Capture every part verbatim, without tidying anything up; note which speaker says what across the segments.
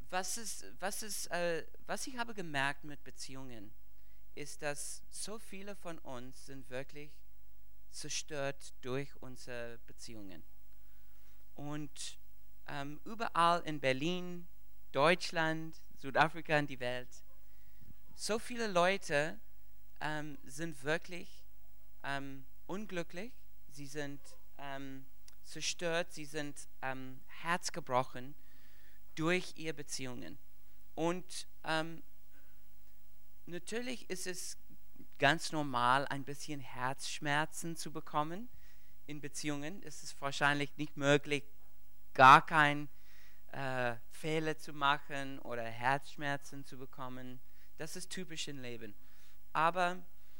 Speaker 1: was, ist, was, ist, äh, was ich habe gemerkt mit Beziehungen, ist, dass so viele von uns sind wirklich zerstört durch unsere Beziehungen. Und ähm, überall in Berlin, Deutschland, Südafrika und die Welt, so viele Leute ähm, sind wirklich ähm, unglücklich, sie sind ähm, zerstört, sie sind ähm, herzgebrochen durch ihre Beziehungen. Und ähm, natürlich ist es ganz normal, ein bisschen Herzschmerzen zu bekommen in Beziehungen. Es ist wahrscheinlich nicht möglich, gar keinen äh, Fehler zu machen oder Herzschmerzen zu bekommen. Das ist typisch im Leben. Aber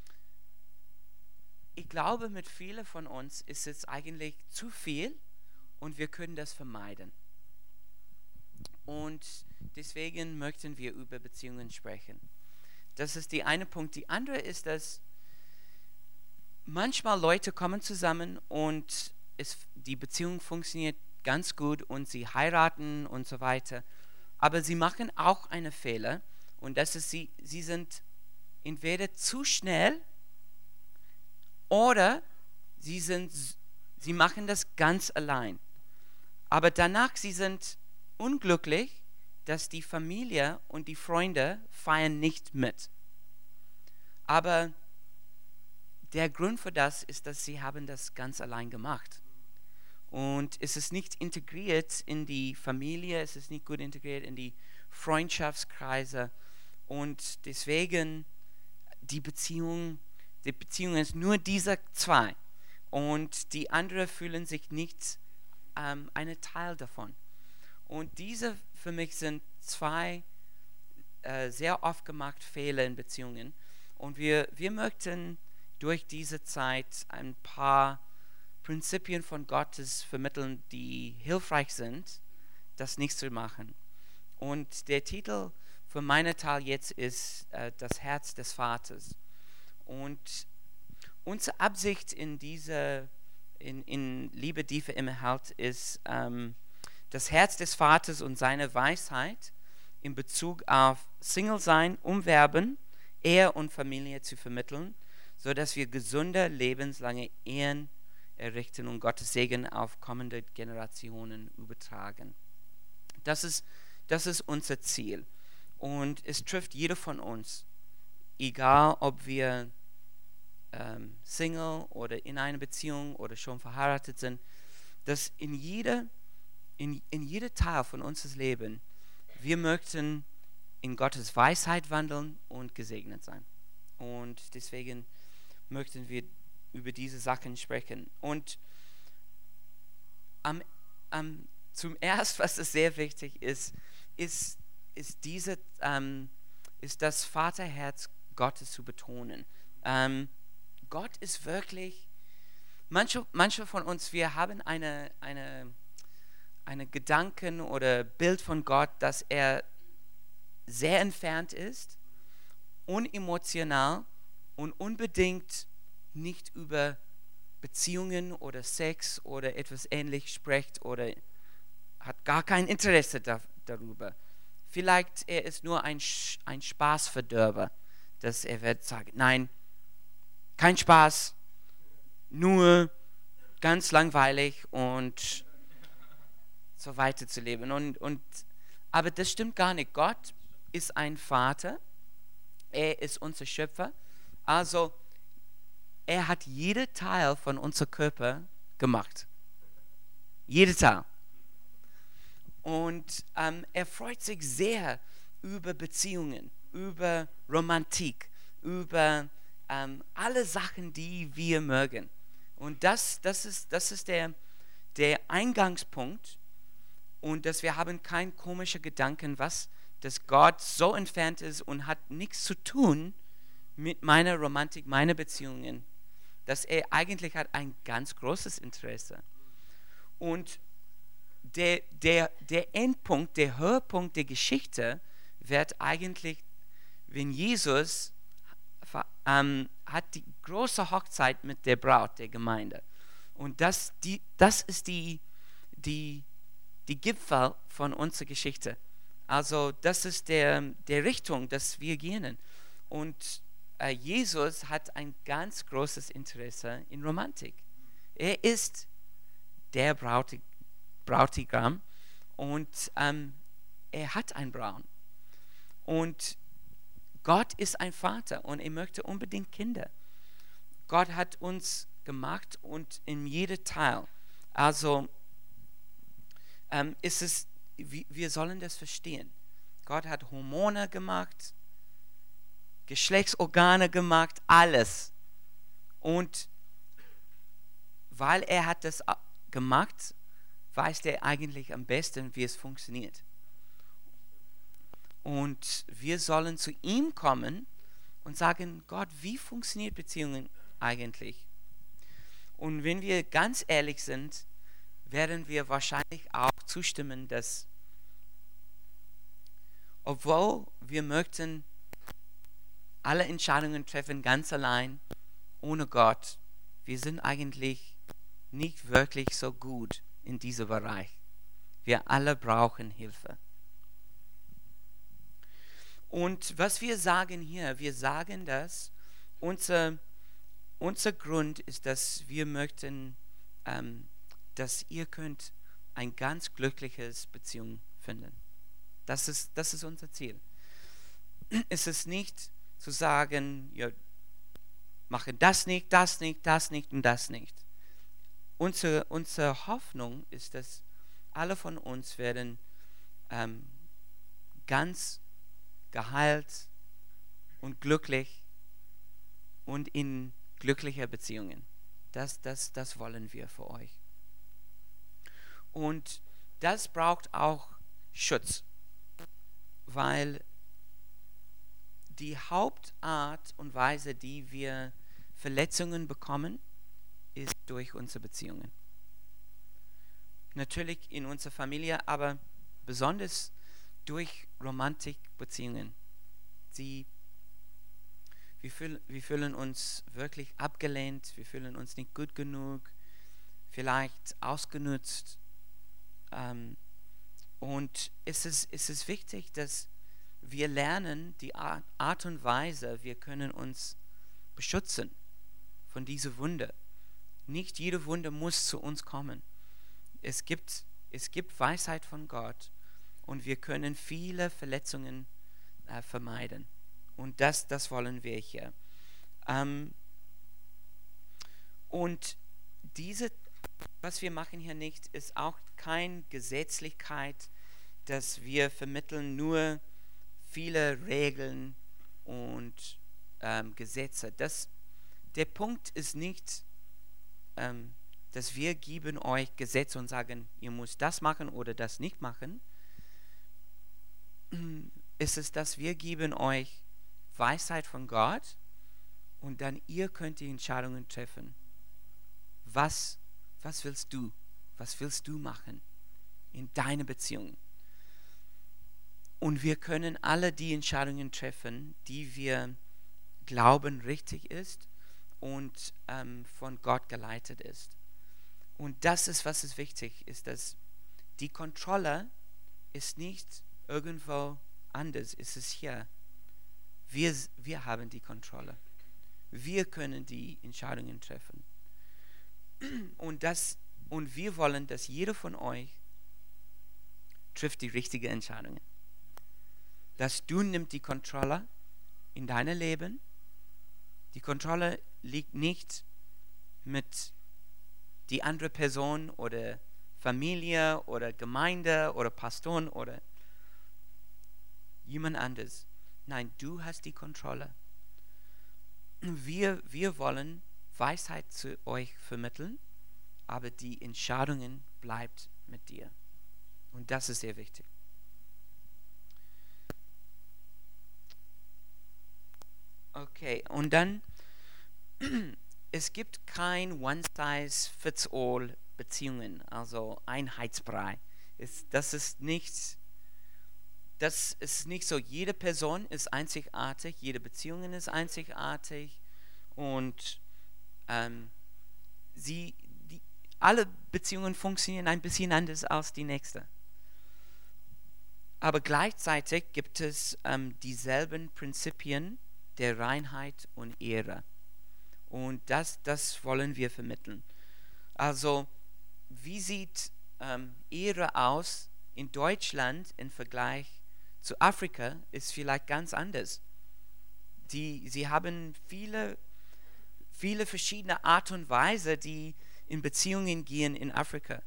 Speaker 1: ich glaube, mit vielen von uns ist es eigentlich zu viel und wir können das vermeiden. Und deswegen möchten wir über Beziehungen sprechen. Das ist der eine Punkt. Die andere ist, dass manchmal Leute kommen zusammen und es, die Beziehung funktioniert ganz gut und sie heiraten und so weiter. Aber sie machen auch einen Fehler und das ist, sie, sie sind entweder zu schnell oder sie, sind, sie machen das ganz allein. Aber danach, sie sind unglücklich, dass die Familie und die Freunde feiern nicht mit. Aber der Grund für das ist, dass sie haben das ganz allein gemacht. Und es ist nicht integriert in die Familie, es ist nicht gut integriert in die Freundschaftskreise. Und deswegen, die Beziehung, die Beziehung ist nur dieser zwei. Und die anderen fühlen sich nicht ähm, ein Teil davon. Und diese für mich sind zwei äh, sehr oft gemachte Fehler in Beziehungen. Und wir, wir möchten durch diese Zeit ein paar Prinzipien von Gottes vermitteln, die hilfreich sind, das nicht zu machen. Und der Titel für meinen Teil jetzt ist äh, das Herz des Vaters. Und unsere Absicht in dieser in, in Liebe, die für immer hält, ist ähm, das Herz des Vaters und seine Weisheit in Bezug auf Single-Sein, Umwerben, Ehe und Familie zu vermitteln, sodass wir gesunde, lebenslange Ehen errichten und Gottes Segen auf kommende Generationen übertragen. Das ist, das ist unser Ziel. Und es trifft jeder von uns, egal ob wir ähm, Single oder in einer Beziehung oder schon verheiratet sind, dass in jeder, in, in jeder Teil von unserem Leben wir möchten in Gottes Weisheit wandeln und gesegnet sein. Und deswegen möchten wir über diese Sachen sprechen. Und am, am, zum Ersten, was es sehr wichtig ist, ist, ist, diese, ähm, ist das Vaterherz Gottes zu betonen. Ähm, Gott ist wirklich, manche, manche von uns, wir haben eine, eine, eine Gedanken oder Bild von Gott, dass er sehr entfernt ist, unemotional und unbedingt nicht über Beziehungen oder Sex oder etwas Ähnliches spricht oder hat gar kein Interesse da, darüber. Vielleicht er ist nur ein, ein Spaßverderber, dass er wird sagen, nein, kein Spaß, nur ganz langweilig und so weiter zu leben. Und, und, aber das stimmt gar nicht. Gott ist ein Vater, er ist unser Schöpfer, also er hat jeden Teil von unserem Körper gemacht. Jeden Teil. Und ähm, er freut sich sehr über Beziehungen, über Romantik, über ähm, alle Sachen, die wir mögen. Und das, das ist, das ist der, der Eingangspunkt. Und dass wir haben keine komischen Gedanken, was, dass Gott so entfernt ist und hat nichts zu tun mit meiner Romantik, meiner Beziehungen. Dass er eigentlich hat ein ganz großes Interesse. Und der, der, der Endpunkt, der Höhepunkt der Geschichte wird eigentlich, wenn Jesus ähm, hat die große Hochzeit mit der Braut der Gemeinde. Und das, die, das ist die, die, die Gipfel von unserer Geschichte. Also das ist der, der Richtung, dass wir gehen. Und äh, Jesus hat ein ganz großes Interesse in Romantik. Er ist der Brautig Brautigam und ähm, er hat ein Braun. Und Gott ist ein Vater und er möchte unbedingt Kinder. Gott hat uns gemacht und in jedem Teil. Also ähm, ist es, wir sollen das verstehen. Gott hat Hormone gemacht, Geschlechtsorgane gemacht, alles. Und weil er hat das gemacht, weiß er eigentlich am besten, wie es funktioniert. Und wir sollen zu ihm kommen und sagen, Gott, wie funktioniert Beziehungen eigentlich? Und wenn wir ganz ehrlich sind, werden wir wahrscheinlich auch zustimmen, dass obwohl wir möchten alle Entscheidungen treffen ganz allein, ohne Gott, wir sind eigentlich nicht wirklich so gut in diesem Bereich. Wir alle brauchen Hilfe. Und was wir sagen hier, wir sagen, dass unser, unser Grund ist, dass wir möchten, ähm, dass ihr könnt ein ganz glückliches Beziehung finden. Das ist, das ist unser Ziel. Es ist nicht zu sagen, ja, machen das nicht, das nicht, das nicht und das nicht. Unsere, unsere Hoffnung ist, dass alle von uns werden ähm, ganz geheilt und glücklich und in glücklicher Beziehungen. Das, das, das wollen wir für euch. Und das braucht auch Schutz, weil die Hauptart und Weise, die wir Verletzungen bekommen, ist durch unsere Beziehungen. Natürlich in unserer Familie, aber besonders durch Romantikbeziehungen. Sie, wir, fühl, wir fühlen uns wirklich abgelehnt, wir fühlen uns nicht gut genug, vielleicht ausgenutzt. Ähm, und es ist, es ist wichtig, dass wir lernen, die Art, Art und Weise, wir können uns beschützen von dieser Wunde. Nicht jede Wunde muss zu uns kommen. Es gibt, es gibt Weisheit von Gott und wir können viele Verletzungen äh, vermeiden. Und das, das wollen wir hier. Ähm, und diese, was wir machen hier nicht, ist auch keine Gesetzlichkeit, dass wir vermitteln nur viele Regeln und ähm, Gesetze. Das, der Punkt ist nicht, ähm, dass wir geben euch Gesetze und sagen, ihr müsst das machen oder das nicht machen. Es ist, dass wir geben euch Weisheit von Gott und dann ihr könnt die Entscheidungen treffen. Was, was willst du? Was willst du machen in deiner Beziehung? Und wir können alle die Entscheidungen treffen, die wir glauben richtig ist und ähm, von Gott geleitet ist. Und das ist, was ist wichtig, ist, dass die Kontrolle ist nicht irgendwo anders, es ist hier. Wir, wir haben die Kontrolle. Wir können die Entscheidungen treffen. Und, das, und wir wollen, dass jeder von euch trifft die richtigen Entscheidungen. Dass du nimmst die Kontrolle in deinem Leben. Die Kontrolle liegt nicht mit die andere Person oder Familie oder Gemeinde oder Pastoren oder jemand anderes. Nein, du hast die Kontrolle. Wir, wir wollen Weisheit zu euch vermitteln, aber die Entscheidungen bleibt mit dir. Und das ist sehr wichtig. Okay, und dann, es gibt kein One-Size-Fits-All Beziehungen, also Einheitsbrei. Es, das ist nicht, das ist nicht so. Jede Person ist einzigartig, jede Beziehung ist einzigartig und ähm, sie, die, alle Beziehungen funktionieren ein bisschen anders als die nächste. Aber gleichzeitig gibt es ähm, dieselben Prinzipien der Reinheit und Ehre. Und das, das wollen wir vermitteln. Also, wie sieht ähm, Ehre aus in Deutschland im Vergleich zu Afrika, ist vielleicht ganz anders. Die, sie haben viele, viele verschiedene Art und Weise, die in Beziehungen gehen in Afrika.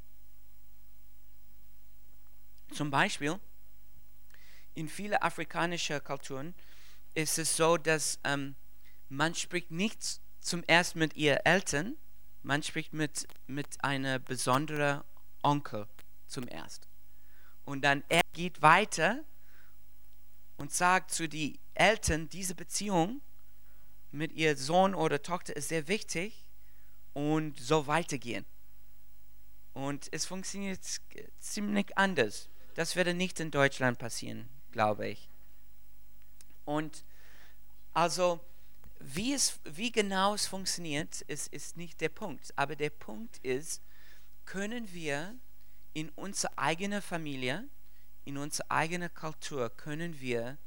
Speaker 1: Zum Beispiel, in vielen afrikanischen Kulturen ist es so, dass ähm, man spricht nicht zum ersten mit ihren Eltern, man spricht mit, mit einer besonderen Onkel zum ersten. Und dann er geht weiter und sagt zu den Eltern, diese Beziehung mit ihrem Sohn oder Tochter ist sehr wichtig und so weitergehen. Und es funktioniert ziemlich anders. Das würde nicht in Deutschland passieren, glaube ich. Und also, wie, es, wie genau es funktioniert, ist, ist nicht der Punkt. Aber der Punkt ist, können wir in unserer eigenen Familie, in unserer eigenen Kultur, können wir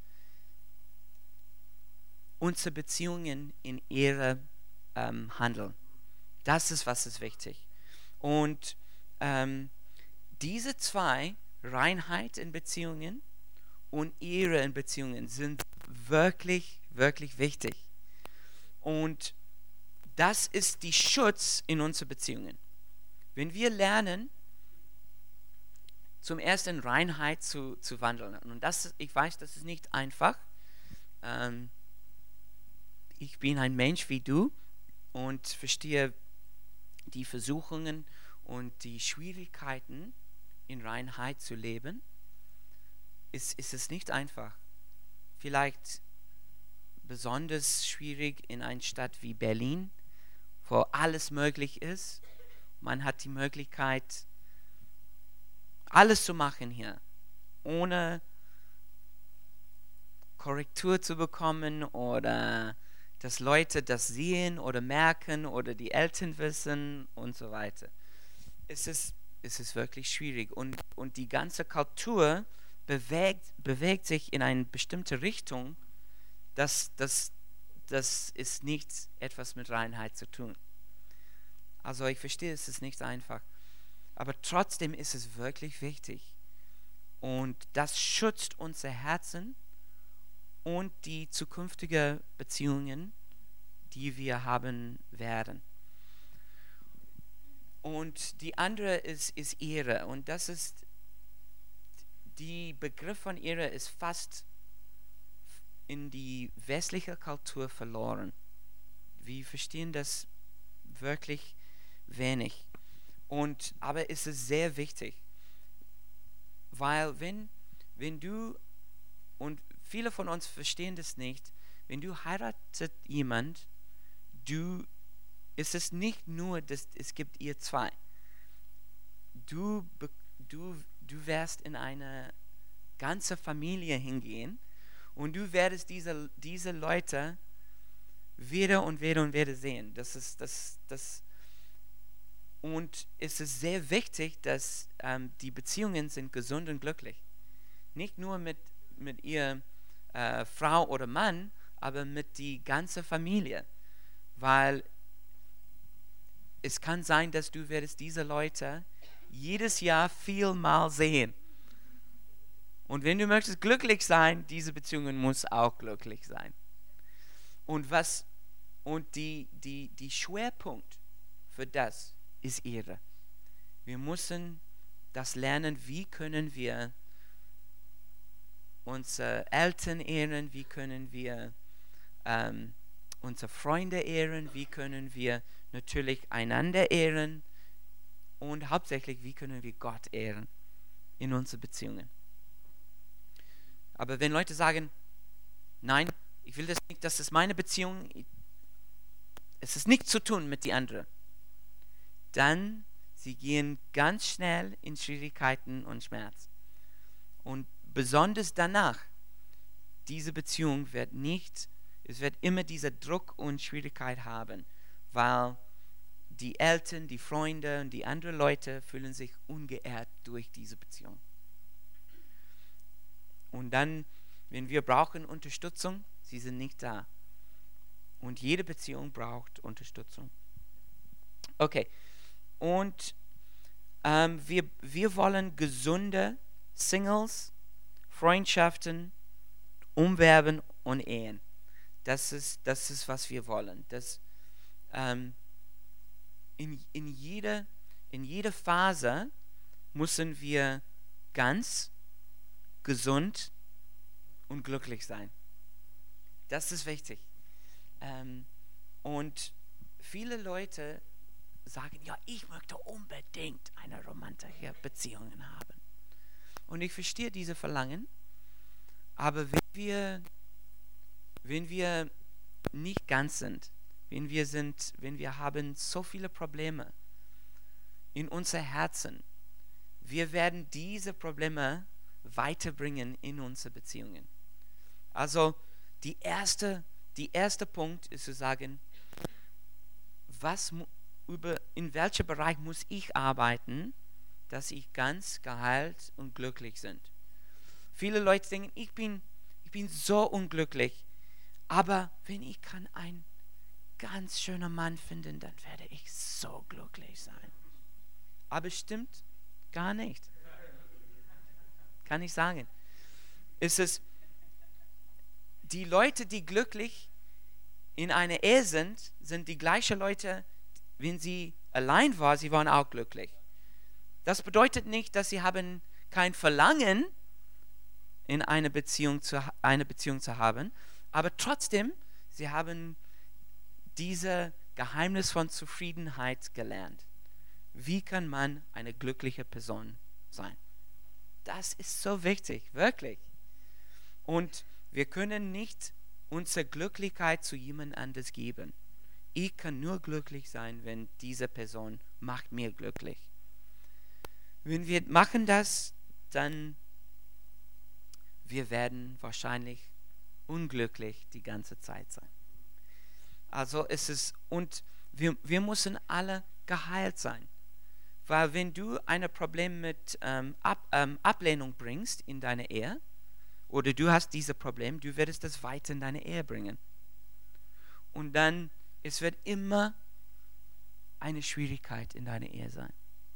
Speaker 1: unsere Beziehungen in Ehre ähm, handeln. Das ist, was ist wichtig. Und ähm, diese zwei, Reinheit in Beziehungen und Ehre in Beziehungen, sind wirklich, wirklich wichtig. Und das ist die Schutz in unseren Beziehungen. Wenn wir lernen, zum ersten in Reinheit zu, zu wandeln, und das, ich weiß, das ist nicht einfach. Ähm, ich bin ein Mensch wie du und verstehe die Versuchungen und die Schwierigkeiten, in Reinheit zu leben, ist, ist es nicht einfach. Vielleicht besonders schwierig in einer Stadt wie Berlin, wo alles möglich ist. Man hat die Möglichkeit, alles zu machen hier, ohne Korrektur zu bekommen oder dass Leute das sehen oder merken oder die Eltern wissen und so weiter. Es ist, es ist wirklich schwierig. Und, und die ganze Kultur bewegt, bewegt sich in eine bestimmte Richtung. Das, das, das ist nicht etwas mit Reinheit zu tun. Also ich verstehe, es ist nicht einfach. Aber trotzdem ist es wirklich wichtig. Und das schützt unser Herzen und die zukünftigen Beziehungen, die wir haben werden. Und die andere ist, ist Ehre. Und das ist, die Begriff von Ehre ist fast in die westliche Kultur verloren. Wir verstehen das wirklich wenig. Und, aber es ist sehr wichtig, weil wenn, wenn du, und viele von uns verstehen das nicht, wenn du heiratet jemand, du, ist es nicht nur, dass es gibt ihr zwei. Du, du, du wirst in eine ganze Familie hingehen und du werdest diese, diese Leute wieder und wieder und wieder sehen. Das ist, das, das, und es ist sehr wichtig, dass ähm, die Beziehungen sind gesund und glücklich. Nicht nur mit, mit ihr äh, Frau oder Mann, aber mit die ganze Familie. Weil es kann sein, dass du werdest diese Leute jedes Jahr vielmal sehen. Und wenn du möchtest glücklich sein, diese Beziehung muss auch glücklich sein. Und was und die, die, die Schwerpunkt für das ist Ehre. Wir müssen das lernen, wie können wir unsere Eltern ehren, wie können wir ähm, unsere Freunde ehren, wie können wir natürlich einander ehren und hauptsächlich, wie können wir Gott ehren in unseren Beziehungen. Aber wenn Leute sagen, nein, ich will das nicht, das ist meine Beziehung, es ist nichts zu tun mit die anderen, dann sie gehen ganz schnell in Schwierigkeiten und Schmerz. Und besonders danach, diese Beziehung wird nicht, es wird immer dieser Druck und Schwierigkeit haben, weil die Eltern, die Freunde und die anderen Leute fühlen sich ungeehrt durch diese Beziehung. Und dann, wenn wir brauchen Unterstützung, sie sind nicht da. Und jede Beziehung braucht Unterstützung. Okay, und ähm, wir, wir wollen gesunde Singles, Freundschaften, Umwerben und Ehen. Das ist, das ist, was wir wollen. Das, ähm, in, in, jeder, in jeder Phase müssen wir ganz gesund und glücklich sein. Das ist wichtig. Ähm, und viele Leute sagen, ja, ich möchte unbedingt eine romantische Beziehung haben. Und ich verstehe diese Verlangen, aber wenn wir, wenn wir nicht ganz sind, wenn wir sind, wenn wir haben so viele Probleme in unser Herzen, wir werden diese Probleme weiterbringen in unsere Beziehungen. Also die erste, die erste Punkt ist zu sagen, was über, in welchem Bereich muss ich arbeiten, dass ich ganz geheilt und glücklich bin. Viele Leute denken, ich bin, ich bin so unglücklich, aber wenn ich kann einen ganz schönen Mann finden, dann werde ich so glücklich sein. Aber es stimmt gar nicht. Kann ich sagen. Es ist die Leute, die glücklich in einer Ehe sind, sind die gleichen Leute, wenn sie allein waren, sie waren auch glücklich. Das bedeutet nicht, dass sie haben kein Verlangen, in eine Beziehung zu, eine Beziehung zu haben, aber trotzdem, sie haben dieses Geheimnis von Zufriedenheit gelernt. Wie kann man eine glückliche Person sein? Das ist so wichtig, wirklich. Und wir können nicht unsere Glücklichkeit zu jemand anderes geben. Ich kann nur glücklich sein, wenn diese Person macht mir glücklich. Wenn wir machen das, dann wir werden wahrscheinlich unglücklich die ganze Zeit sein. Also es ist, und wir, wir müssen alle geheilt sein. Weil wenn du ein Problem mit ähm, Ab, ähm, Ablehnung bringst in deine Ehe, oder du hast dieses Problem, du wirst das weiter in deine Ehe bringen. Und dann, es wird immer eine Schwierigkeit in deiner Ehe sein.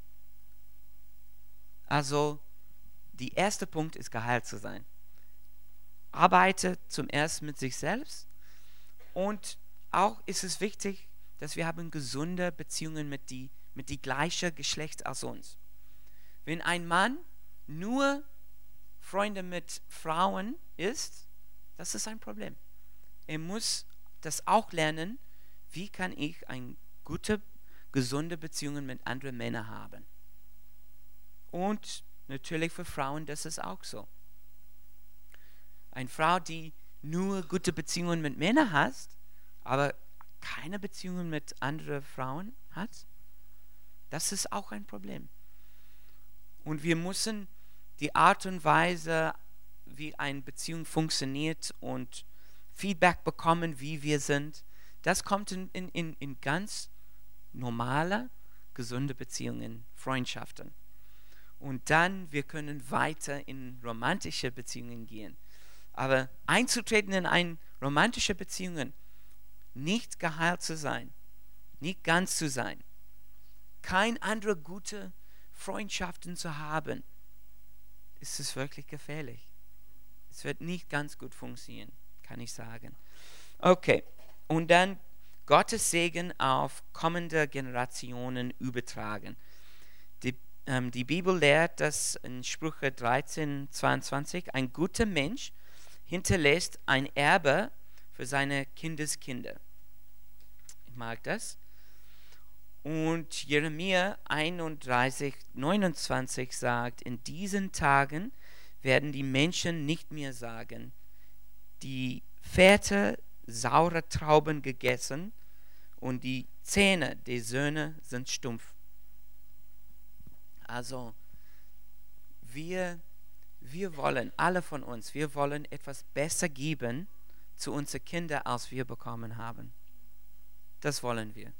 Speaker 1: Also, der erste Punkt ist, geheilt zu sein. Arbeite zum ersten mit sich selbst. Und auch ist es wichtig, dass wir haben gesunde Beziehungen mit die, mit die gleichen Geschlecht als uns. Wenn ein Mann nur Freunde mit Frauen ist, das ist ein Problem. Er muss das auch lernen, wie kann ich eine gute, gesunde Beziehung mit anderen Männern haben. Und natürlich für Frauen, das ist auch so. Eine Frau, die nur gute Beziehungen mit Männern hat, aber keine Beziehungen mit anderen Frauen hat, das ist auch ein Problem. Und wir müssen die Art und Weise, wie eine Beziehung funktioniert und Feedback bekommen, wie wir sind, das kommt in, in, in ganz normale, gesunde Beziehungen, Freundschaften. Und dann, wir können weiter in romantische Beziehungen gehen. Aber einzutreten in eine romantische Beziehung, nicht geheilt zu sein, nicht ganz zu sein, keine andere gute Freundschaften zu haben, ist es wirklich gefährlich. Es wird nicht ganz gut funktionieren, kann ich sagen. Okay, und dann Gottes Segen auf kommende Generationen übertragen. Die, ähm, die Bibel lehrt, dass in Sprüche dreizehn, zweiundzwanzig ein guter Mensch hinterlässt ein Erbe für seine Kindeskinder. Ich mag das. Und Jeremia einunddreißig, neunundzwanzig sagt, in diesen Tagen werden die Menschen nicht mehr sagen, die Väter saure Trauben gegessen und die Zähne der Söhne sind stumpf. Also wir, wir wollen, alle von uns, wir wollen etwas besser geben zu unseren Kindern, als wir bekommen haben. Das wollen wir.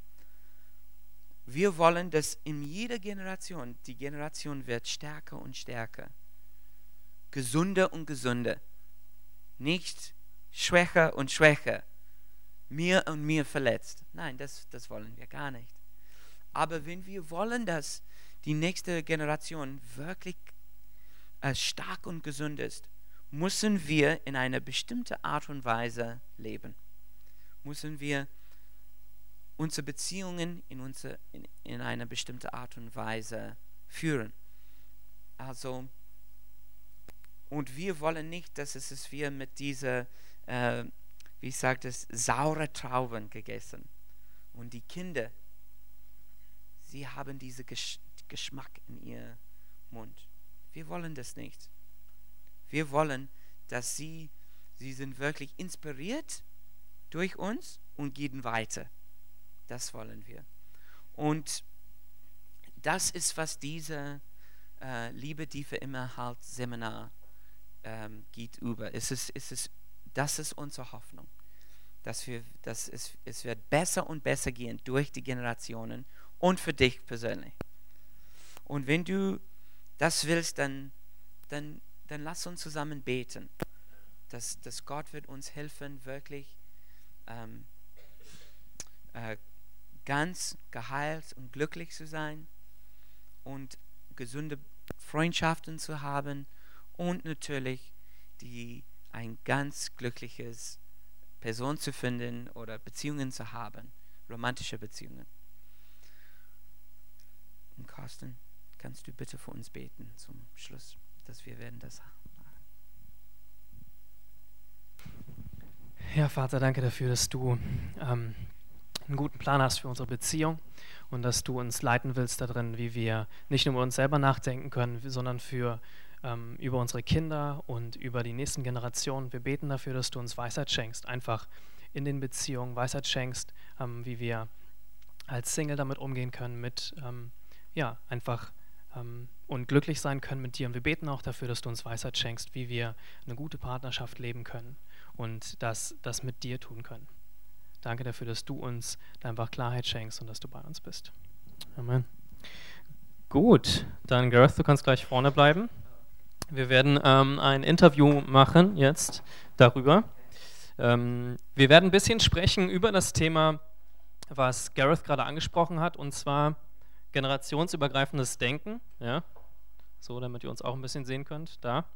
Speaker 1: Wir wollen, dass in jeder Generation, die Generation wird stärker und stärker. gesunder und gesunder. Nicht schwächer und schwächer. Mehr und mehr verletzt. Nein, das, das wollen wir gar nicht. Aber wenn wir wollen, dass die nächste Generation wirklich äh, stark und gesund ist, müssen wir in einer bestimmten Art und Weise leben. Müssen wir unsere Beziehungen in, unsere, in, in einer bestimmten Art und Weise führen. Also, und wir wollen nicht, dass es ist wir mit dieser, äh, wie ich sagte, saure Trauben gegessen. Und die Kinder, sie haben diesen Gesch- Geschmack in ihrem Mund. Wir wollen das nicht. Wir wollen, dass sie, sie sind wirklich inspiriert durch uns und gehen weiter. Das wollen wir. Und das ist, was diese äh, Liebe, die für immer halt Seminar ähm, geht über. Es ist, es ist, das ist unsere Hoffnung. Dass wir, dass es, es wird besser und besser gehen durch die Generationen und für dich persönlich. Und wenn du das willst, dann, dann, dann lass uns zusammen beten. Dass, dass Gott wird uns helfen, wirklich ähm, äh, ganz geheilt und glücklich zu sein und gesunde Freundschaften zu haben und natürlich die ein ganz glückliches Person zu finden oder Beziehungen zu haben, romantische Beziehungen. Und Carsten, kannst du bitte für uns beten zum Schluss, dass wir werden das machen.
Speaker 2: Ja, Vater, danke dafür, dass du ähm, einen guten Plan hast für unsere Beziehung und dass du uns leiten willst darin, wie wir nicht nur über uns selber nachdenken können, sondern für ähm, über unsere Kinder und über die nächsten Generationen. Wir beten dafür, dass du uns Weisheit schenkst, einfach in den Beziehungen Weisheit schenkst, ähm, wie wir als Single damit umgehen können, mit ähm, ja, einfach ähm, und glücklich sein können mit dir. Und wir beten auch dafür, dass du uns Weisheit schenkst, wie wir eine gute Partnerschaft leben können und das, das mit dir tun können. Danke dafür, dass du uns da einfach Klarheit schenkst und dass du bei uns bist. Amen. Gut, dann Gareth, du kannst gleich vorne bleiben. Wir werden ähm, ein Interview machen jetzt darüber. Ähm, wir werden ein bisschen sprechen über das Thema, was Gareth gerade angesprochen hat, und zwar generationsübergreifendes Denken. Ja? So, damit ihr uns auch ein bisschen sehen könnt. Da.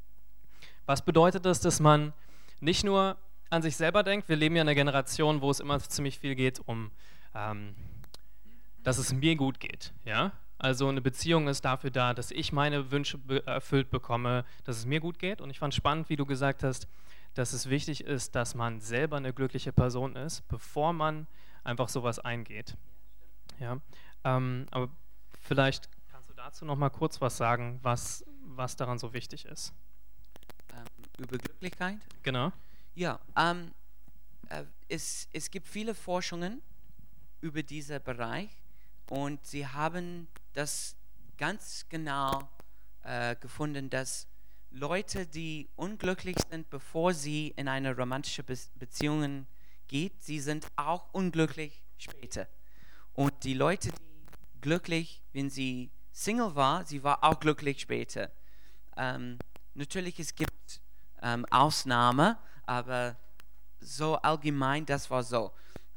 Speaker 2: Was bedeutet das, dass man nicht nur an sich selber denkt? Wir leben ja in einer Generation, wo es immer ziemlich viel geht um, ähm, dass es mir gut geht. Ja? Also eine Beziehung ist dafür da, dass ich meine Wünsche be- erfüllt bekomme, dass es mir gut geht. Und ich fand spannend, wie du gesagt hast, dass es wichtig ist, dass man selber eine glückliche Person ist, bevor man einfach sowas eingeht. Ja? Ähm, aber vielleicht kannst du dazu noch mal kurz was sagen, was, was daran so wichtig ist.
Speaker 1: Ähm, über Glücklichkeit?
Speaker 2: Genau.
Speaker 1: Ja, ähm, äh, es, es gibt viele Forschungen über diesen Bereich und sie haben das ganz genau äh, gefunden, dass Leute, die unglücklich sind, bevor sie in eine romantische Be- Beziehung gehen, sie sind auch unglücklich später. Und die Leute, die glücklich, wenn sie Single war, sie war auch glücklich später. Ähm, natürlich, es gibt ähm, Ausnahmen, aber so allgemein, das war so.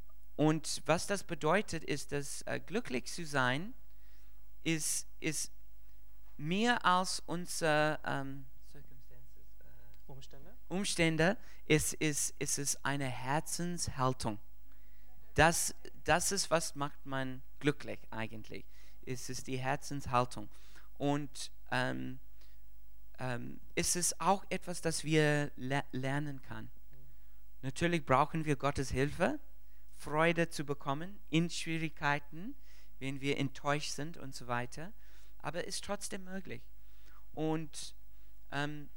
Speaker 1: Und was das bedeutet, ist, dass äh, glücklich zu sein, ist, ist mehr als unsere ähm, Circumstances, äh,
Speaker 2: Umstände?
Speaker 1: Umstände, es ist, es ist eine Herzenshaltung. Das, das ist, was macht man glücklich eigentlich. Es ist die Herzenshaltung. Und ähm, ähm, es ist auch etwas, das wir le- lernen können. Natürlich brauchen wir Gottes Hilfe, Freude zu bekommen in Schwierigkeiten, wenn wir enttäuscht sind und so weiter. Aber es ist trotzdem möglich. Und ähm,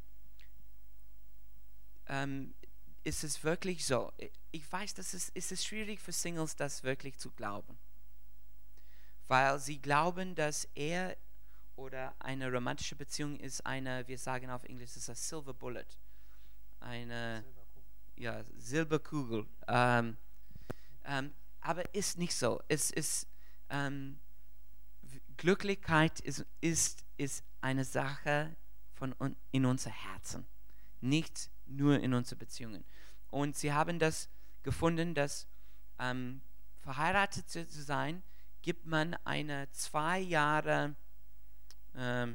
Speaker 1: ähm, ist es wirklich so? Ich weiß, dass es, es ist schwierig für Singles, das wirklich zu glauben. Weil sie glauben, dass er oder eine romantische Beziehung ist eine, wir sagen auf Englisch, ist ein Silver Bullet. Eine ja, Silberkugel. Ähm, ähm, aber ist nicht so. Es ist ähm, Glücklichkeit ist, ist, ist eine Sache von un in unser Herzen, nicht nur in unsere Beziehungen. Und sie haben das gefunden, dass ähm, verheiratet zu sein, gibt man eine zwei Jahre ähm,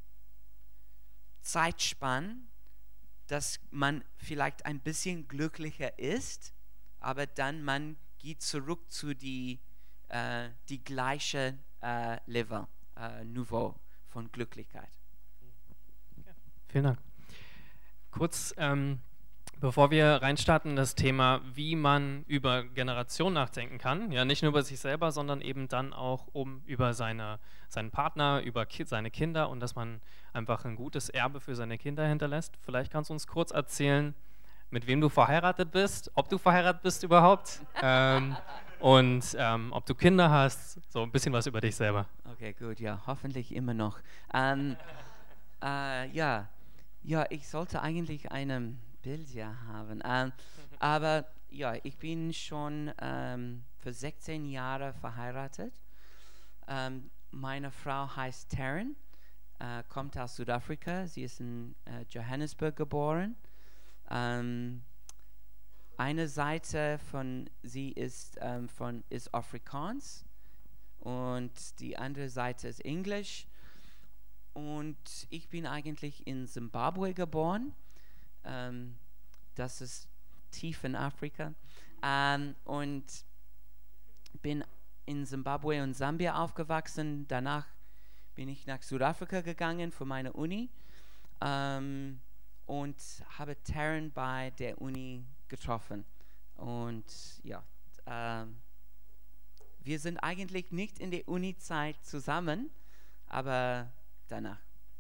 Speaker 1: Zeitspanne, dass man vielleicht ein bisschen glücklicher ist, aber dann man geht zurück zu die, äh, die gleiche äh, Level, äh, Niveau von Glücklichkeit.
Speaker 2: Ja, vielen Dank. Kurz, ähm, bevor wir reinstarten in das Thema, wie man über Generationen nachdenken kann, ja, nicht nur über sich selber, sondern eben dann auch um über seine, seinen Partner, über ki seine Kinder und dass man einfach ein gutes Erbe für seine Kinder hinterlässt. Vielleicht kannst du uns kurz erzählen, mit wem du verheiratet bist, ob du verheiratet bist überhaupt ähm, und ähm, ob du Kinder hast, so ein bisschen was über dich selber.
Speaker 1: Okay, gut, ja, hoffentlich immer noch. Ähm, äh, ja, ja, ich sollte eigentlich ein Bild ja haben, ähm, aber ja, ich bin schon ähm, für sechzehn Jahre verheiratet. Ähm, meine Frau heißt Taryn, äh, kommt aus Südafrika, sie ist in äh, Johannesburg geboren. Ähm, eine Seite von sie ist, ähm, von, ist Afrikaans und die andere Seite ist Englisch. Und ich bin eigentlich in Zimbabwe geboren. Ähm, das ist tief in Afrika. Ähm, und bin in Zimbabwe und Sambia aufgewachsen. Danach bin ich nach Südafrika gegangen für meine Uni. Ähm, und habe Taryn bei der Uni getroffen. Und ja, ähm, wir sind eigentlich nicht in der Uni-Zeit zusammen, aber danach.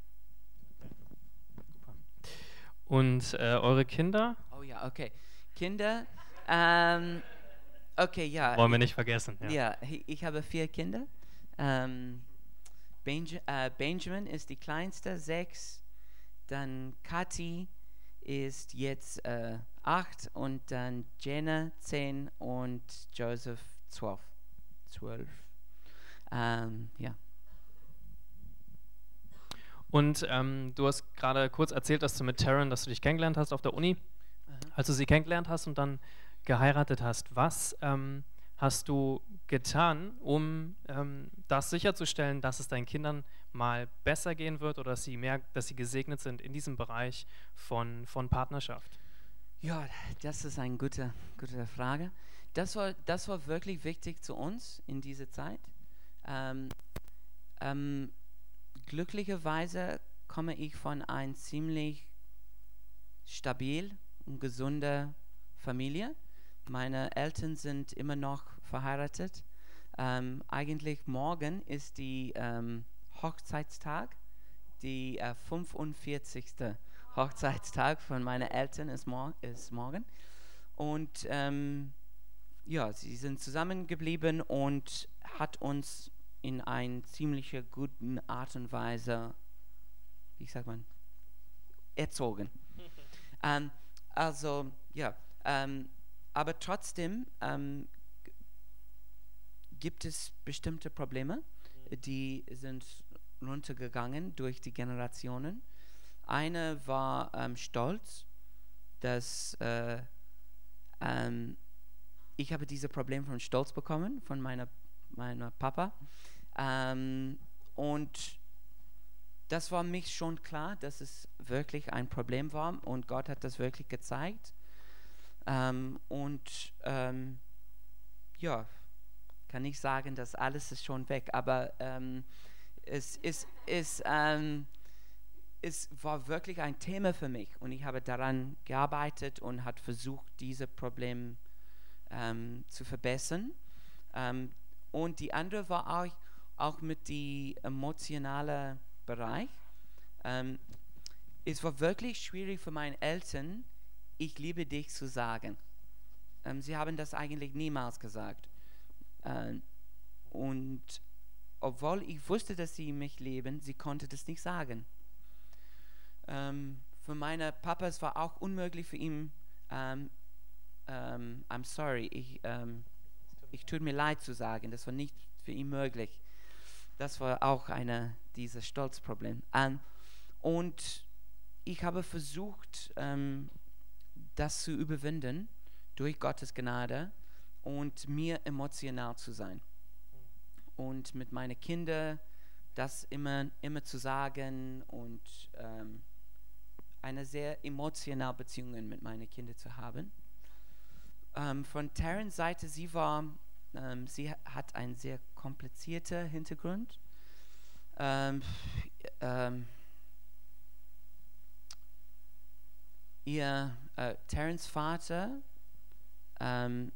Speaker 2: Und äh, eure Kinder?
Speaker 1: Oh ja, okay. Kinder, ähm, okay, ja.
Speaker 2: Wollen wir nicht vergessen. Ja.
Speaker 1: Ja, ich, ich habe vier Kinder. Ähm, Benj äh, Benjamin ist die kleinste, sechs. Dann Kathi ist jetzt äh, acht und dann Jenna zehn und Joseph zwölf. Zwölf. Ähm, ja.
Speaker 2: Und ähm, du hast gerade kurz erzählt, dass du mit Taryn, dass du dich kennengelernt hast auf der Uni.
Speaker 1: Aha.
Speaker 2: Als du sie kennengelernt hast und dann geheiratet hast, was ähm, hast du getan, um ähm, das sicherzustellen, dass es deinen Kindern mal besser gehen wird oder dass sie mehr, dass sie gesegnet sind in diesem Bereich von, von Partnerschaft?
Speaker 1: Ja, das ist eine gute, gute Frage. Das war, das war wirklich wichtig zu uns in dieser Zeit. Ähm, ähm, glücklicherweise komme ich von einer ziemlich stabil und gesunder Familie. Meine Eltern sind immer noch verheiratet. Ähm, eigentlich morgen ist die ähm, Hochzeitstag, die äh, fünfundvierzigste Hochzeitstag von meinen Eltern ist, mor ist morgen. Und ähm, ja, sie sind zusammengeblieben und hat uns in einer ziemlich guten Art und Weise, wie sagt man, erzogen. ähm, also, ja, ähm, aber trotzdem ähm, gibt es bestimmte Probleme, die sind runtergegangen durch die Generationen. Eine war ähm, Stolz, dass äh, ähm, ich habe dieses Problem von Stolz bekommen, von meiner, meiner Papa. Ähm, und das war mich schon klar, dass es wirklich ein Problem war und Gott hat das wirklich gezeigt. Ähm, und ähm, ja, kann nicht sagen, dass alles ist schon weg, aber ähm, es, es, es, ähm, es war wirklich ein Thema für mich und ich habe daran gearbeitet und hat versucht, dieses Problem ähm, zu verbessern. Ähm, und die andere war auch, auch mit dem emotionalen Bereich. Ähm, es war wirklich schwierig für meine Eltern, ich liebe dich zu sagen. Ähm, sie haben das eigentlich niemals gesagt. Ähm, und obwohl ich wusste, dass sie mich lieben, sie konnte das nicht sagen. Ähm, für meine Papa, es war auch unmöglich für ihn, ähm, ähm, I'm sorry, ich, ähm, ich tut mir leid zu sagen, das war nicht für ihn möglich. Das war auch eine dieses Stolzproblem. Ähm, und ich habe versucht, ähm, das zu überwinden durch Gottes Gnade und mir emotional zu sein. Und mit meinen Kindern das immer, immer zu sagen und ähm, eine sehr emotionale Beziehung mit meinen Kindern zu haben. Ähm, von Tarens Seite, sie war, ähm, sie hat einen sehr komplizierten Hintergrund. Ähm, ähm, ihr äh, Tarens Vater ähm,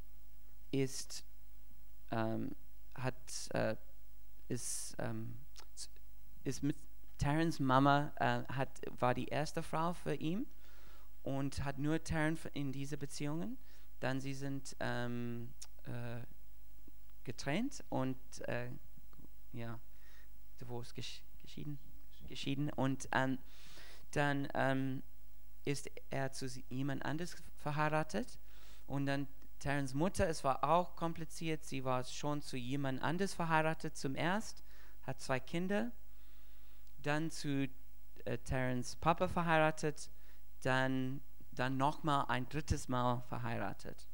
Speaker 1: ist ähm, hat äh, ist ähm, ist mit Tarens Mama äh, hat war die erste Frau für ihn und hat nur Taryn in diese Beziehungen. Dann sie sind ähm, äh, getrennt und äh, ja, Divorce gesch geschieden, geschieden und ähm, dann ähm, ist er zu jemand anderes verheiratet und dann Tarens Mutter, es war auch kompliziert, sie war schon zu jemand anderes verheiratet zum erst, hat zwei Kinder, dann zu äh, Tarens Papa verheiratet, dann, dann nochmal ein drittes Mal verheiratet.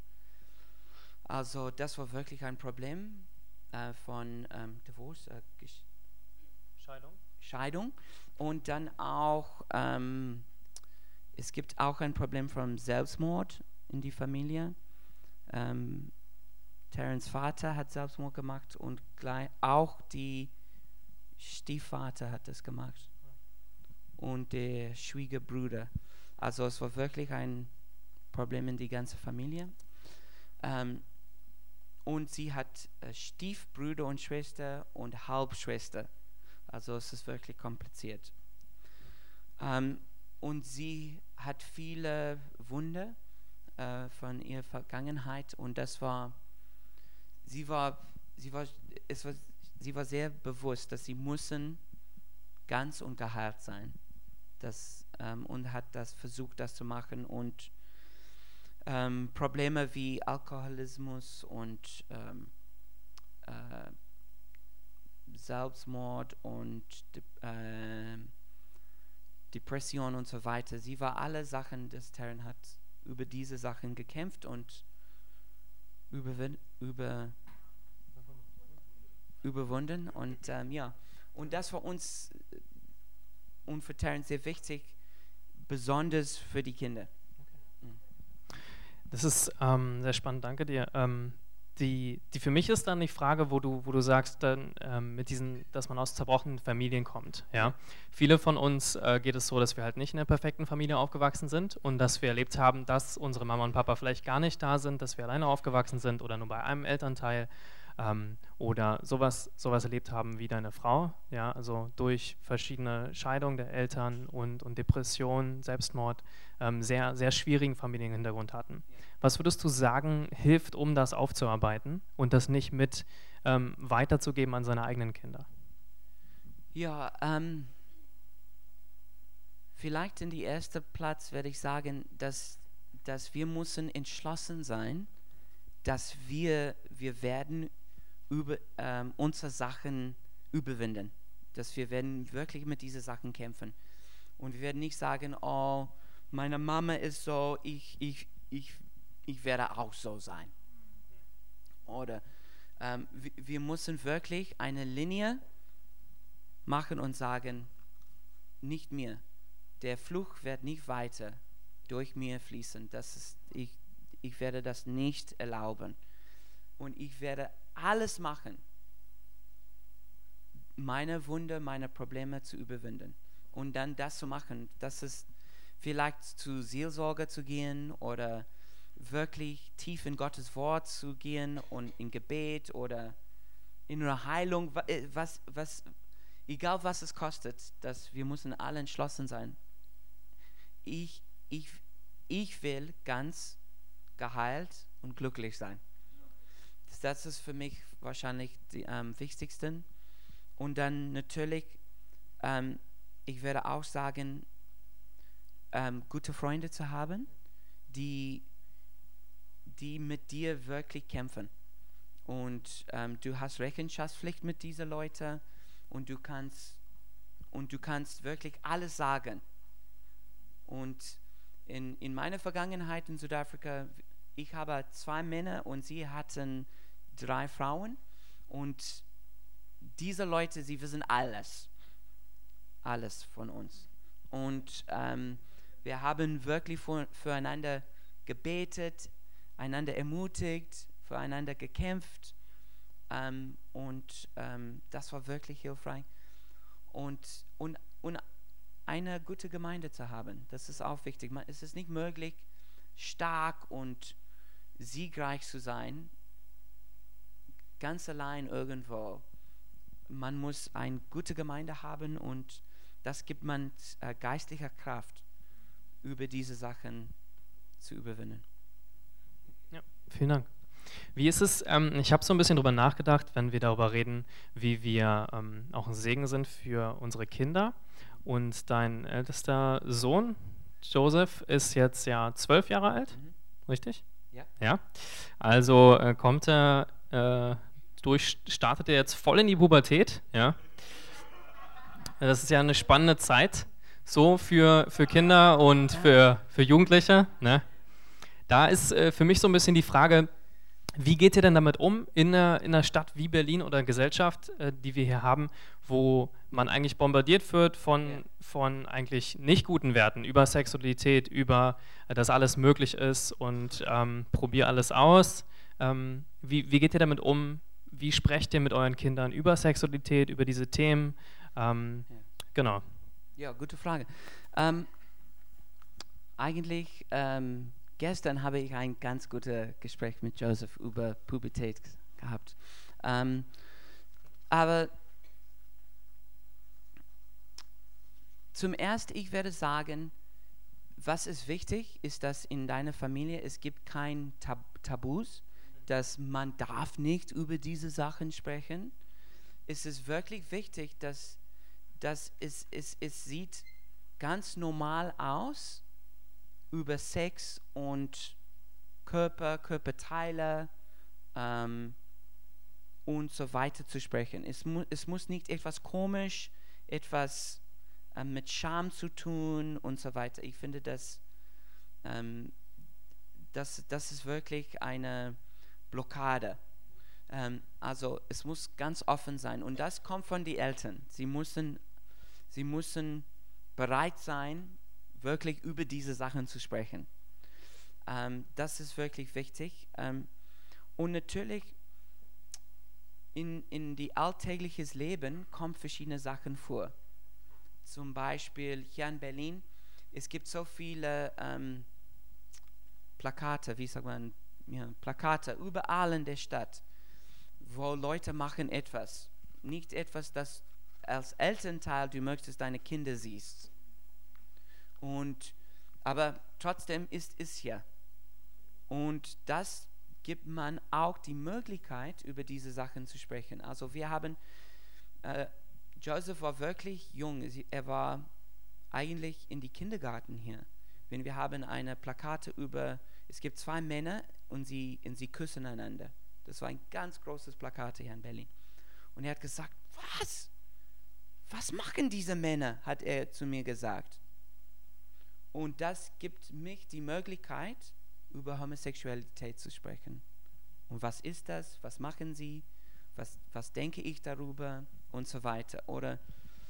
Speaker 1: Also das war wirklich ein Problem äh, von ähm, Divorce, äh,
Speaker 2: Scheidung.
Speaker 1: Scheidung und dann auch ähm, es gibt auch ein Problem von Selbstmord in die Familie. Ähm, Tarens Vater hat Selbstmord gemacht und gleich auch die Stiefvater hat das gemacht und der Schwiegerbruder. Also es war wirklich ein Problem in die ganze Familie. Ähm, und sie hat äh, Stiefbrüder und Schwester und Halbschwester. Also es ist wirklich kompliziert. Ähm, und sie hat viele Wunder äh, von ihrer Vergangenheit und das war, sie war, sie war, es war, sie war sehr bewusst, dass sie müssen ganz und geheilt sein. Das, ähm, und hat das versucht, das zu machen und ähm, Probleme wie Alkoholismus und ähm, äh, Selbstmord und De äh, Depression und so weiter. Sie war alle Sachen, dass Taryn hat über diese Sachen gekämpft und überwin über überwunden und ähm, ja, und das war uns und für Taryn sehr wichtig, besonders für die Kinder.
Speaker 2: Das ist ähm, sehr spannend, danke dir. Ähm, die, die für mich ist dann die Frage, wo du, wo du sagst, dann, ähm, mit diesen, dass man aus zerbrochenen Familien kommt. Ja?
Speaker 1: Ja.
Speaker 2: Viele von uns äh, geht es so, dass wir halt nicht in einer perfekten Familie aufgewachsen sind und dass wir erlebt haben, dass unsere Mama und Papa vielleicht gar nicht da sind, dass wir alleine aufgewachsen sind oder nur bei einem Elternteil. Ähm, oder sowas, sowas erlebt haben wie deine Frau, ja, also durch verschiedene Scheidungen der Eltern und, und Depressionen, Selbstmord, ähm, sehr, sehr schwierigen Familienhintergrund hatten.
Speaker 1: Ja.
Speaker 2: Was würdest du sagen, hilft, um das aufzuarbeiten und das nicht mit ähm, weiterzugeben an seine eigenen Kinder?
Speaker 1: Ja, ähm, vielleicht in die erste Platz werde ich sagen, dass, dass wir müssen entschlossen sein, dass wir, wir werden über ähm, unsere Sachen überwinden. Dass wir werden wirklich mit diesen Sachen kämpfen. Und wir werden nicht sagen, oh, meine Mama ist so, ich, ich, ich, ich werde auch so sein. Oder ähm, wir, wir müssen wirklich eine Linie machen und sagen, nicht mir. Der Fluch wird nicht weiter durch mir fließen. Das ist, ich, ich werde das nicht erlauben. Und ich werde alles machen, meine Wunder, meine Probleme zu überwinden. Und dann das zu machen, das ist vielleicht zu Seelsorge zu gehen oder wirklich tief in Gottes Wort zu gehen und in Gebet oder in einer Heilung, was, was, egal was es kostet, dass wir müssen alle entschlossen sein. Ich, ich, ich will ganz geheilt und glücklich sein. Das ist für mich wahrscheinlich die ähm, wichtigsten. Und dann natürlich, ähm, ich werde auch sagen, ähm, gute Freunde zu haben, die, die mit dir wirklich kämpfen. Und ähm, du hast Rechenschaftspflicht mit diesen Leuten und du kannst und du kannst wirklich alles sagen. Und in, in meiner Vergangenheit in Südafrika, ich habe zwei Männer und sie hatten drei Frauen. Und diese Leute, sie wissen alles. Alles von uns. Und ähm, wir haben wirklich für, füreinander gebetet, einander ermutigt, füreinander gekämpft. Ähm, und ähm, das war wirklich hilfreich. Und, und, und eine gute Gemeinde zu haben, das ist auch wichtig. Man, es ist nicht möglich, stark und siegreich zu sein, ganz allein irgendwo. Man muss eine gute Gemeinde haben und das gibt man äh, geistlicher Kraft, über diese Sachen zu überwinden.
Speaker 2: Ja, vielen Dank. Wie ist es, ähm, ich habe so ein bisschen drüber nachgedacht, wenn wir darüber reden, wie wir ähm, auch ein Segen sind für unsere Kinder. Und dein ältester Sohn, Joseph, ist jetzt ja zwölf Jahre alt,
Speaker 1: Mhm.
Speaker 2: richtig?
Speaker 1: Ja.
Speaker 2: Ja. Also äh, kommt er, äh, durch, startet er jetzt voll in die Pubertät, ja. Das ist ja eine spannende Zeit, so für, für Kinder und für, für Jugendliche, ne? Da ist äh, für mich so ein bisschen die Frage, wie geht ihr denn damit um in einer, in einer Stadt wie Berlin oder Gesellschaft, äh, die wir hier haben, wo man eigentlich bombardiert wird von,
Speaker 1: Ja.
Speaker 2: von eigentlich nicht guten Werten, über Sexualität, über, äh, dass alles möglich ist und ähm, probier alles aus. Ähm, wie, wie geht ihr damit um? Wie sprecht ihr mit euren Kindern über Sexualität, über diese Themen? Ähm,
Speaker 1: Ja.
Speaker 2: Genau.
Speaker 1: Ja, gute Frage. Ähm, eigentlich, ähm, gestern habe ich ein ganz gutes Gespräch mit Joseph über Pubertät gehabt. Ähm, aber zum Ersten, ich werde sagen, was ist wichtig, ist, dass in deiner Familie es gibt kein Tab- Tabus, dass man darf nicht über diese Sachen sprechen. Es ist wirklich wichtig, dass, dass es, es, es sieht ganz normal aus, über Sex und Körper, Körperteile ähm, und so weiter zu sprechen. Es, mu- es muss nicht etwas komisch, etwas ähm, mit Scham zu tun und so weiter. Ich finde, dass, ähm, das, das ist wirklich eine Blockade. Ähm, also es muss ganz offen sein und das kommt von den Eltern. Sie müssen, sie müssen bereit sein, wirklich über diese Sachen zu sprechen. Ähm, das ist wirklich wichtig. Ähm, und natürlich in, in die alltägliches Leben kommen verschiedene Sachen vor. Zum Beispiel hier in Berlin, es gibt so viele ähm, Plakate, wie sagt man, ja, Plakate überall in der Stadt, wo Leute machen etwas. Nicht etwas, das als Elternteil du möchtest deine Kinder siehst. Und, aber trotzdem ist es hier. Und das gibt man auch die Möglichkeit, über diese Sachen zu sprechen. Also wir haben, äh, Joseph war wirklich jung. Er war eigentlich in die Kindergarten hier. Wenn wir haben eine Plakate über, es gibt zwei Männer und sie, und sie küssen einander. Das war ein ganz großes Plakat hier in Berlin. Und er hat gesagt, was? Was machen diese Männer, hat er zu mir gesagt. Und das gibt mich die Möglichkeit, über Homosexualität zu sprechen. Und was ist das? Was machen sie? Was, was denke ich darüber? Und so weiter. Oder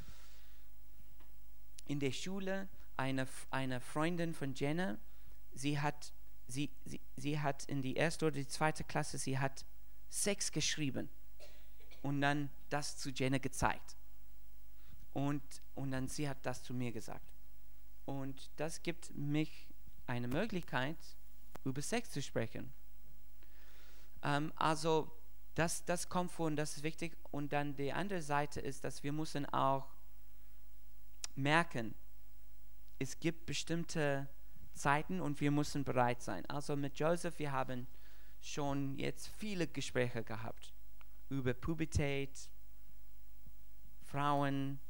Speaker 1: in der Schule, eine, eine Freundin von Jenna, sie hat, sie, sie, sie hat in die erste oder die zweite Klasse, sie hat Sex geschrieben und dann das zu Jenna gezeigt. Und, und dann sie hat das zu mir gesagt. Und das gibt mich eine Möglichkeit, über Sex zu sprechen. Ähm, also das, das kommt vor und das ist wichtig. Und dann die andere Seite ist, dass wir müssen auch merken, es gibt bestimmte Zeiten und wir müssen bereit sein. Also mit Joseph, wir haben schon jetzt viele Gespräche gehabt über Pubertät, Frauen,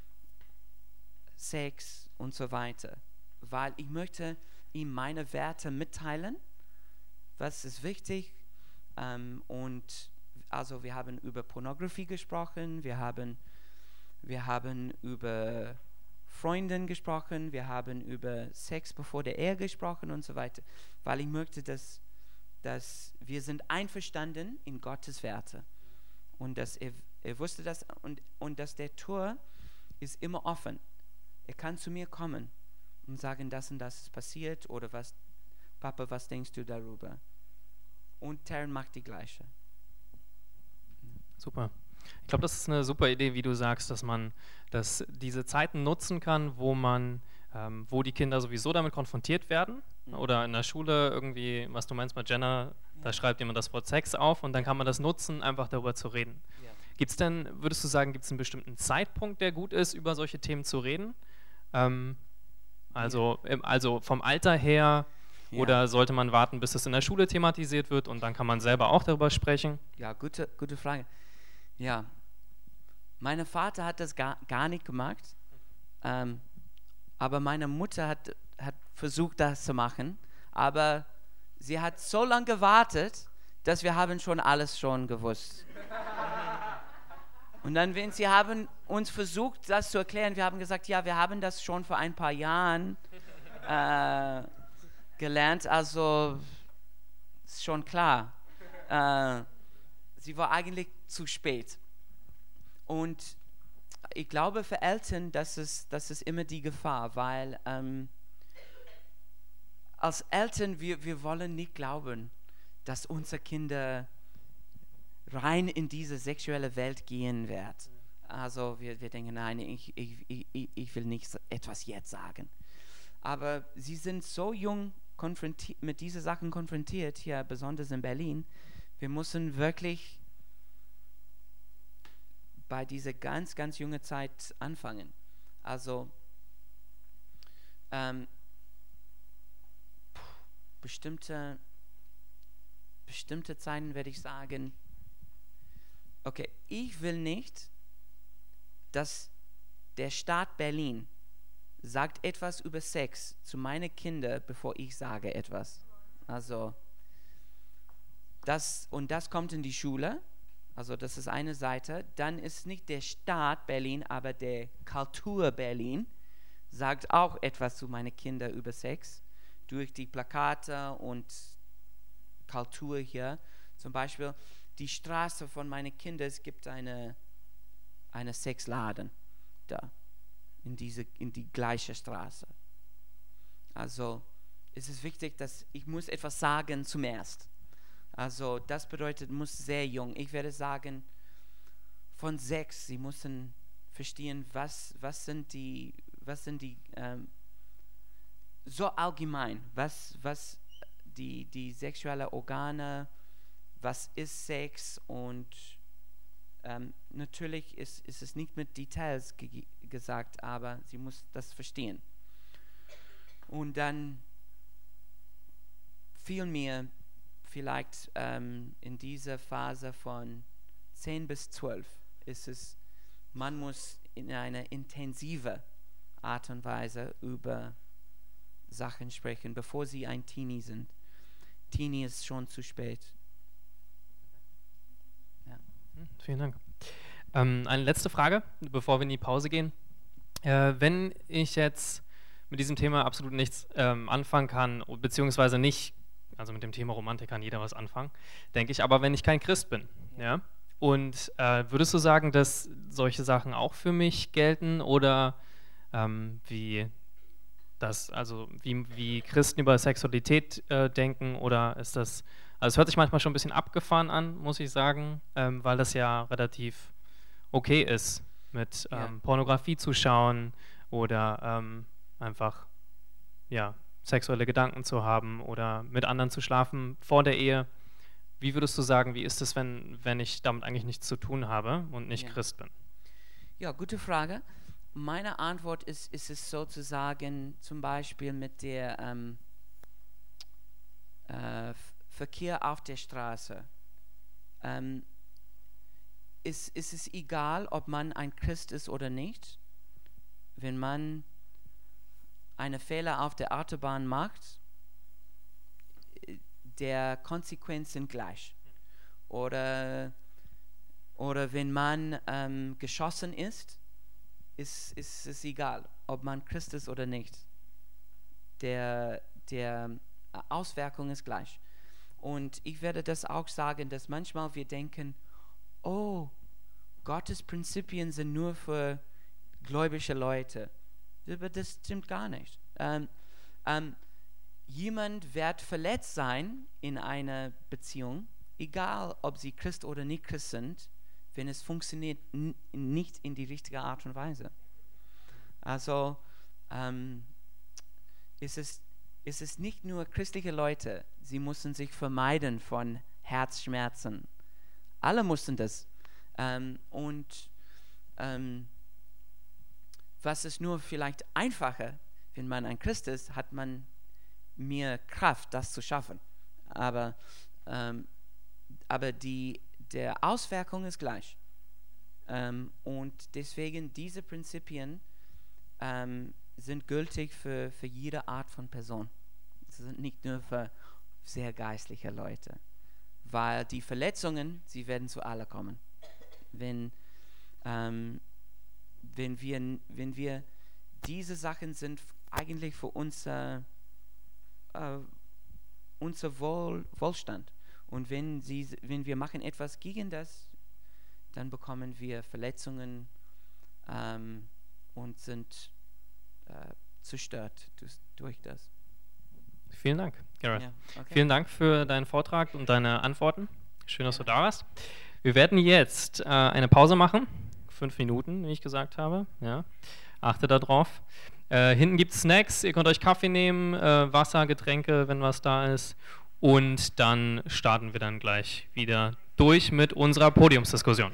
Speaker 1: Sex und so weiter. Weil ich möchte ihm meine Werte mitteilen, was ist wichtig. Ähm, und also wir haben über Pornografie gesprochen, wir haben, wir haben über Freunden gesprochen, wir haben über Sex bevor der Ehe gesprochen und so weiter, weil ich möchte, dass, dass wir sind einverstanden in Gottes Werte und dass er, er wusste das und, und dass der Tor ist immer offen. Er kann zu mir kommen und sagen, das und das ist passiert oder was, Papa, was denkst du darüber? Und Taryn macht die gleiche.
Speaker 2: Super. Ich glaube, das ist eine super Idee, wie du sagst, dass man dass diese Zeiten nutzen kann, wo man, ähm, wo die Kinder sowieso damit konfrontiert werden. Mhm. Oder in der Schule irgendwie, was du meinst mit Jenna, ja. Da schreibt jemand das Wort Sex auf und dann kann man das nutzen, einfach darüber zu reden. Ja. Gibt es denn, würdest du sagen, gibt es einen bestimmten Zeitpunkt, der gut ist, über solche Themen zu reden? Ähm, also, ja. im, also vom Alter her, ja. Oder sollte man warten, bis es in der Schule thematisiert wird und dann kann man selber auch darüber sprechen?
Speaker 1: Ja, gute, gute Frage. Ja, mein Vater hat das gar, gar nicht gemacht, ähm, aber meine Mutter hat, hat versucht, das zu machen, aber sie hat so lange gewartet, dass wir haben schon alles schon gewusst. Und dann, wenn sie haben uns versucht, das zu erklären, wir haben gesagt, ja, wir haben das schon vor ein paar Jahren äh, gelernt, also ist schon klar. Äh, sie war eigentlich zu spät. Und ich glaube, für Eltern, das ist, das ist immer die Gefahr, weil ähm, als Eltern, wir, wir wollen nicht glauben, dass unsere Kinder rein in diese sexuelle Welt gehen wird. Also wir, wir denken, nein, ich, ich, ich, ich will nicht etwas jetzt sagen. Aber sie sind so jung konfronti- mit diesen Sachen konfrontiert, hier besonders in Berlin. Wir müssen wirklich bei dieser ganz, ganz jungen Zeit anfangen. Also ähm, bestimmte, bestimmte Zeiten werde ich sagen, okay, ich will nicht, dass der Staat Berlin sagt etwas über Sex zu meinen Kindern, bevor ich sage etwas. Also das, und das kommt in die Schule. Also das ist eine Seite. Dann ist nicht der Staat Berlin, aber der Kultur Berlin sagt auch etwas zu meinen Kindern über Sex durch die Plakate und Kultur hier. Zum Beispiel die Straße von meinen Kindern, es gibt eine, eine Sexladen da in diese in die gleiche Straße. Also es ist wichtig, dass ich muss etwas sagen zum Erst. Also das bedeutet, muss sehr jung. Ich werde sagen, von sechs, sie müssen verstehen, was, was sind die, was sind die, ähm, so allgemein, was, was die, die sexuellen Organe, was ist Sex und ähm, natürlich ist, ist es nicht mit Details ge- gesagt, aber sie muss das verstehen. Und dann viel mehr vielleicht ähm, in dieser Phase von zehn bis zwölf ist es, man muss in einer intensiven Art und Weise über Sachen sprechen, bevor sie ein Teenie sind. Teenie ist schon zu spät. Ja.
Speaker 2: Vielen Dank. Ähm, eine letzte Frage, bevor wir in die Pause gehen. Äh, wenn ich jetzt mit diesem Thema absolut nichts ähm, anfangen kann, beziehungsweise nicht, also mit dem Thema Romantik kann jeder was anfangen, denke ich, aber wenn ich kein Christ bin, ja, und äh, würdest du sagen, dass solche Sachen auch für mich gelten oder ähm, wie das, also wie, wie Christen über Sexualität äh, denken oder ist das, also es hört sich manchmal schon ein bisschen abgefahren an, muss ich sagen, ähm, weil das ja relativ okay ist, mit ähm, ja. Pornografie zu schauen oder ähm, einfach, ja, sexuelle Gedanken zu haben oder mit anderen zu schlafen vor der Ehe. Wie würdest du sagen, wie ist es, wenn, wenn ich damit eigentlich nichts zu tun habe und nicht
Speaker 1: Ja.
Speaker 2: Christ bin?
Speaker 1: Ja, gute Frage. Meine Antwort ist, ist es sozusagen zum Beispiel mit der ähm, äh, Verkehr auf der Straße. Ähm, ist, ist es egal, ob man ein Christ ist oder nicht? Wenn man einen Fehler auf der Autobahn macht, der Konsequenzen gleich. Oder, oder wenn man ähm, geschossen ist, ist, ist es egal. ob man Christ ist oder nicht. Der, der Auswirkung ist gleich. Und ich werde das auch sagen, dass manchmal wir denken, oh, Gottes Prinzipien sind nur für gläubige Leute. Aber das stimmt gar nicht. Ähm, ähm, jemand wird verletzt sein in einer Beziehung, egal ob sie Christ oder nicht Christ sind, wenn es funktioniert n- nicht in die richtige Art und Weise. Also ähm, ist es, ist es nicht nur christliche Leute, sie mussten sich vermeiden von Herzschmerzen. Alle mussten das. Ähm, und ähm, was ist nur vielleicht einfacher, wenn man ein Christ ist, hat man mehr Kraft, das zu schaffen. Aber, ähm, aber die, der Auswirkung ist gleich. Ähm, und deswegen diese Prinzipien ähm, sind gültig für, für jede Art von Person. Sie sind nicht nur für sehr geistliche Leute. Weil die Verletzungen, sie werden zu alle kommen. Wenn, ähm, wenn, wir, wenn wir diese Sachen sind eigentlich für unser, äh, unser Wohl, Wohlstand. Und wenn, sie, wenn wir machen etwas gegen das, dann bekommen wir Verletzungen ähm, und sind äh, zerstört durch, durch das.
Speaker 2: Vielen Dank, Gareth.
Speaker 1: Ja, okay.
Speaker 2: Vielen Dank für deinen Vortrag und deine Antworten. Schön, dass du da warst. Wir werden jetzt äh, eine Pause machen. Fünf Minuten, wie ich gesagt habe. Ja. Achte darauf. Äh, hinten gibt es Snacks. Ihr könnt euch Kaffee nehmen, äh, Wasser, Getränke, wenn was da ist. Und dann starten wir dann gleich wieder durch mit unserer Podiumsdiskussion.